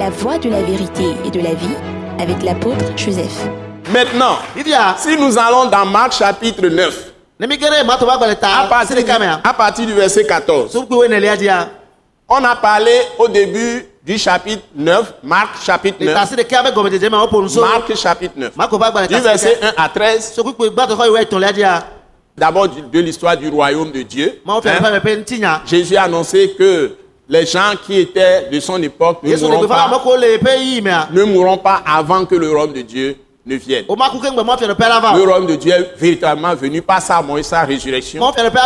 la voie de la vérité et de la vie avec l'apôtre Joseph. Maintenant, si nous allons dans Marc chapitre 9, à partir du verset 14, on a parlé au début du chapitre 9, Marc chapitre 9. Marc chapitre 9. Du verset 1 à 13. D'abord de l'histoire du royaume de Dieu. Jésus a annoncé que les gens qui étaient de son époque ne mourront pas avant que le royaume de Dieu ne vienne. Le royaume de Dieu est véritablement venu par sa mort et sa résurrection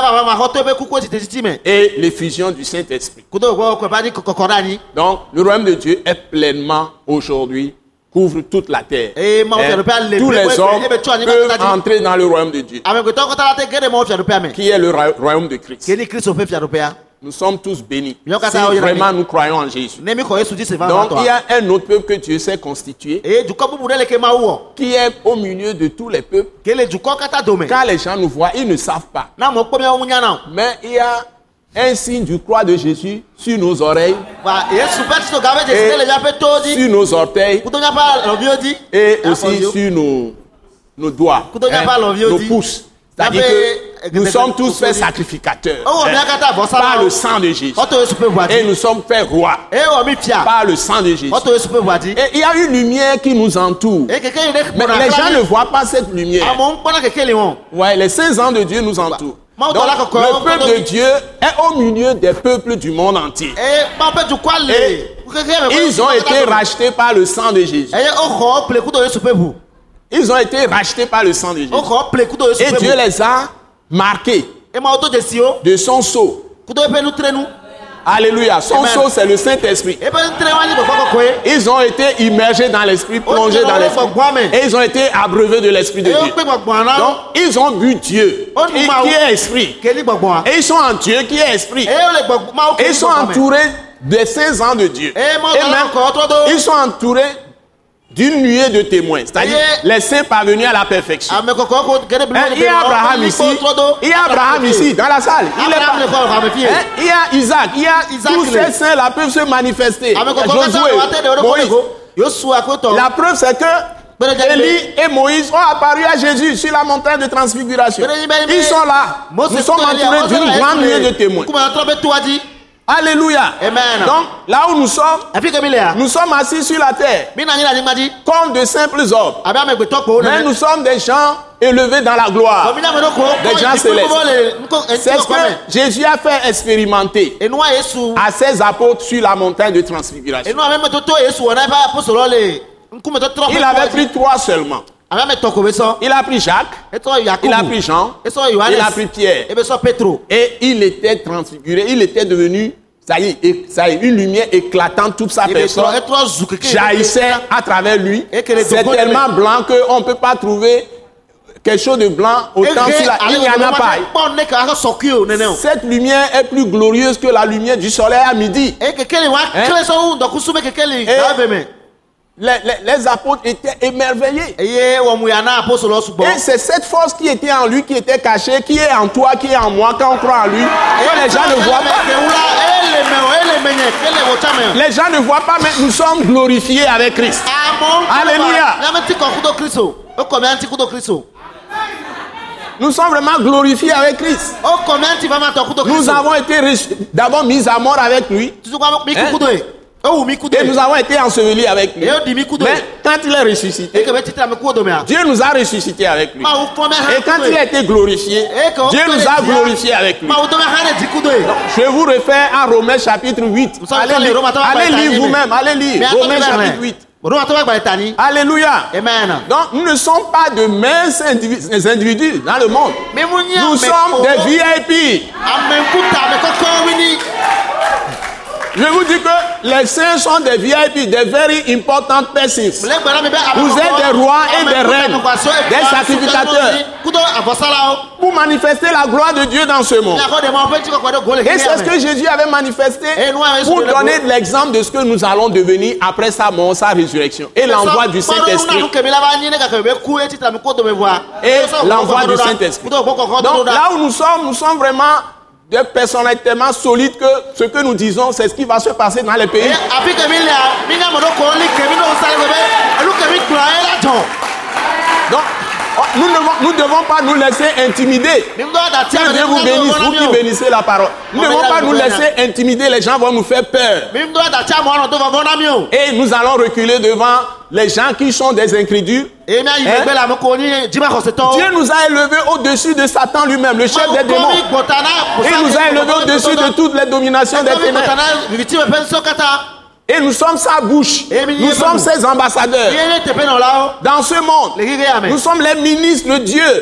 et l'effusion du Saint-Esprit. Donc, le royaume de Dieu est pleinement aujourd'hui, couvre toute la terre. Tous les hommes peuvent entrer dans le royaume de Dieu, qui est le royaume de Christ. Nous sommes tous bénis si vraiment nous croyons en Jésus. Donc il y a un autre peuple que Dieu s'est constitué, qui est au milieu de tous les peuples. Quand les gens nous voient, ils ne savent pas. Mais il y a un signe du croix de Jésus sur nos oreilles, sur nos orteils et aussi sur nos doigts, nos pouces. C'est-à-dire que nous sommes tous faits sacrificateurs par le sang de Jésus. Et nous sommes faits rois par le sang de Jésus. Et il y a une lumière qui nous entoure. Mais les gens ne voient pas cette lumière. Ouais, les saints ans de Dieu nous entourent. Donc, le peuple de Dieu est au milieu des peuples du monde entier. Et ils ont été rachetés par le sang de Jésus. Ils ont été rachetés par le sang de Jésus. Et Dieu les a marqués de son sceau. Alléluia. Son sceau, c'est le Saint-Esprit. Ils ont été immergés dans l'Esprit, plongés dans l'Esprit. Et ils ont été abreuvés de l'Esprit de Dieu. Donc, ils ont bu Dieu, qui est Esprit. Et ils sont en Dieu, qui est Esprit. Et ils sont entourés des saints ans de Dieu. Et même, ils sont entourés d'une nuée de témoins, c'est-à-dire les saints parvenus à la perfection. Il y a Abraham ici, dans la salle. Il y a Isaac, tous ces saints-là peuvent se manifester. Josué, Moïse. La preuve, c'est que Élie et Moïse ont apparu à Jésus sur la montagne de transfiguration. Ils sont là. Nous sommes entourés d'une grande nuée de témoins. Alléluia. Amen. Donc, là où nous sommes assis sur la terre, comme de simples hommes. Mais nous sommes des gens élevés dans la gloire, des gens célestes. C'est ce que Jésus a fait expérimenter à ses apôtres sur la montagne de transfiguration. Il avait pris 3 seulement. Il a pris Jacques, il a pris Jean, il a pris Pierre. Et il était transfiguré, il était devenu, ça y est, une lumière éclatante, toute sa personne jaillissait à travers lui. C'est tellement blanc qu'on ne peut pas trouver quelque chose de blanc autant sur la... Il n'y en a pas. Cette lumière est plus glorieuse que la lumière du soleil à midi. Les apôtres étaient émerveillés. Et c'est cette force qui était en lui, qui était cachée, qui est en toi, qui est en moi, quand on croit en lui. Et les gens ne voient pas. Les gens ne voient pas, mais nous sommes glorifiés avec Christ. Alléluia. Nous sommes vraiment glorifiés avec Christ. Nous avons été d'abord mis à mort avec lui. Et nous avons été ensevelis avec lui. Mais quand il est ressuscité, Dieu nous a ressuscités avec lui. Et quand il a été glorifié, Dieu nous a glorifiés avec lui. Donc, je vous réfère à Romains chapitre 8. Allez lire vous-même. Allez lire Romains chapitre 8. Alléluia. Amen. Donc nous ne sommes pas de minces individus dans le monde. Nous sommes des VIP. Je vous dis que les saints sont des VIP, des very important persons. Vous êtes des rois et des reines, des sacrificateurs, pour manifester la gloire de Dieu dans ce monde. Et c'est ce que Jésus avait manifesté pour donner l'exemple de ce que nous allons devenir après sa mort, sa résurrection. Et l'envoi du Saint-Esprit. Et l'envoi du Saint-Esprit. Donc là où nous sommes vraiment des personnalités tellement solides que ce que nous disons, c'est ce qui va se passer dans les pays. Donc, nous ne devons pas nous laisser intimider. Que Dieu vous bénisse, vous qui bénissez la parole. Nous ne devons pas nous laisser intimider, les gens vont nous faire peur. Et nous allons reculer devant les gens qui sont des incrédules. Dieu nous a élevés au-dessus de Satan lui-même, le chef des démons. Il nous a élevés au-dessus de toutes les dominations des ténèbres. Et nous sommes sa bouche. Nous sommes ses ambassadeurs. Dans ce monde, nous sommes les ministres de Dieu.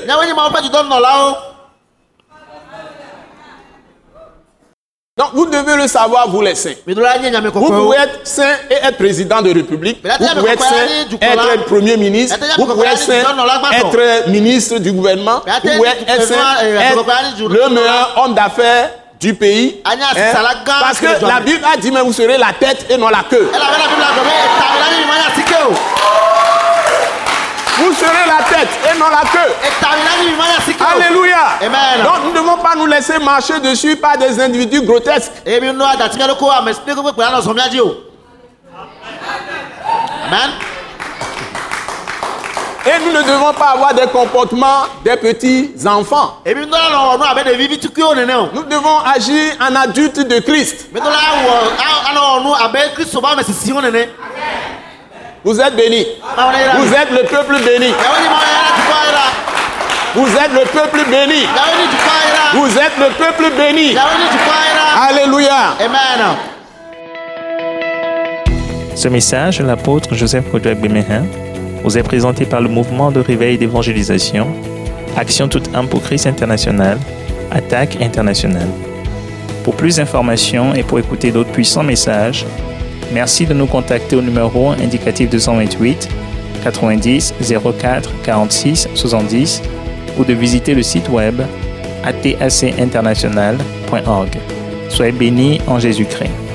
Donc vous devez le savoir, vous les saints. Vous pouvez être saint et être président de République. Vous pouvez être saint, être premier ministre. Vous pouvez être saint, être ministre du gouvernement. Vous pouvez être saint, être le meilleur homme d'affaires du pays. Parce que la Bible a dit, mais vous serez la tête et non la queue. Vous serez la tête et non la queue. Alléluia. Amen. Donc nous ne devons pas nous laisser marcher dessus par des individus grotesques. Amen. Et nous ne devons pas avoir des comportements des petits enfants. Nous devons agir en adulte de Christ. Vous êtes bénis. Vous êtes le peuple béni. Vous êtes le peuple béni. Vous êtes le peuple béni. Alléluia. Amen. Ce message de l'apôtre Joseph Kodouak Bemehin vous est présenté par le mouvement de réveil d'évangélisation, Action toute âme pour Christ international, Attaque internationale. Pour plus d'informations et pour écouter d'autres puissants messages, merci de nous contacter au numéro indicatif 228 90 04 46 70 ou de visiter le site web atacinternational.org. Soyez bénis en Jésus-Christ.